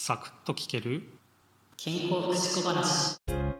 サクッと聞ける健康福祉小話。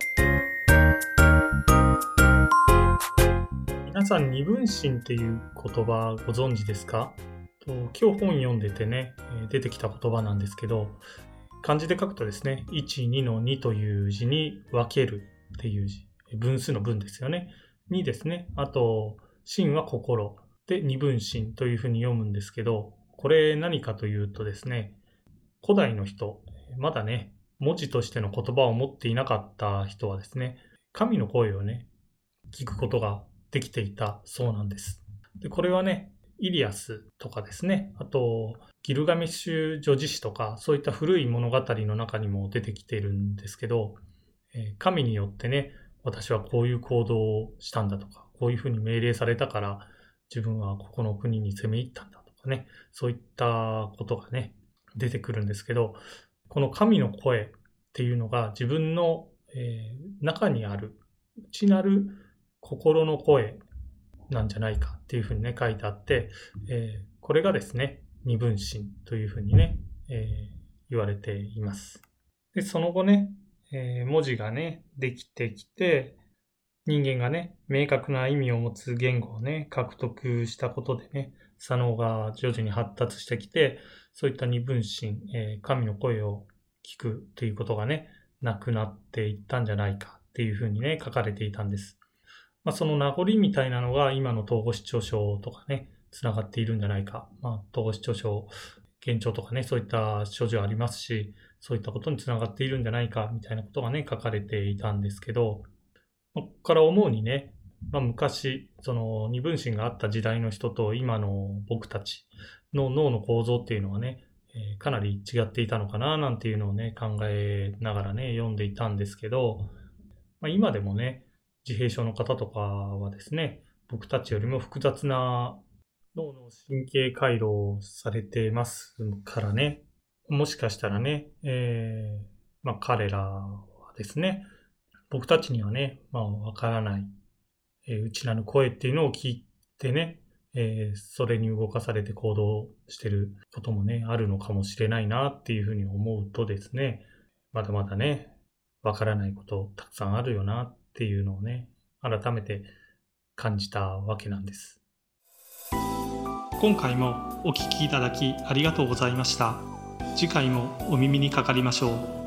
皆さん、二分身っていう言葉ご存知ですか？今日本読んでてね、出てきた言葉なんですけど、漢字で書くとですね、1、2の2という字に分けるっていう字、分数の分ですよね。にですね、あと、身は心で二分身というふうに読むんですけど、これ何かというとですね、古代の人、まだね、文字としての言葉を持っていなかった人はですね、神の声をね、聞くことができていたそうなんです。で、これはね、イリアスとかですね、あと、ギルガメッシュ叙事詩とか、そういった古い物語の中にも出てきているんですけど、神によってね、私はこういう行動をしたんだとか、こういうふうに命令されたから、自分はここの国に攻め入ったんだとかね、そういったことがね、出てくるんですけど、この神の声っていうのが自分の、中にある、内なる心の声なんじゃないかっていうふうにね、書いてあって、これがですね、二分身というふうにね、言われています。で、その後ね、文字がね、できてきて、人間がね、明確な意味を持つ言語をね、獲得したことでね、左脳が徐々に発達してきて、そういった二分身、神の声を聞くということがね、なくなっていったんじゃないかっていうふうにね、書かれていたんです。その名残みたいなのが今の統合失調症とかね、つながっているんじゃないか。統合失調症、幻聴とかね、そういった症状ありますし、そういったことにつながっているんじゃないかみたいなことがね、書かれていたんですけど、ここから思うにね、昔、その二分身があった時代の人と今の僕たちの脳の構造っていうのはね、かなり違っていたのかななんていうのをね、考えながらね、読んでいたんですけど、今でもね、自閉症の方とかはですね、僕たちよりも複雑な脳の神経回路をされてますからね、もしかしたらね、彼らはですね、僕たちにはね、わからない、内なる声っていうのを聞いてね、それに動かされて行動してることもね、あるのかもしれないなっていうふうに思うとですね、まだまだね、わからないことたくさんあるよなっていうのをね、改めて感じたわけなんです。今回もお聞きいただきありがとうございました。次回もお耳にかかりましょう。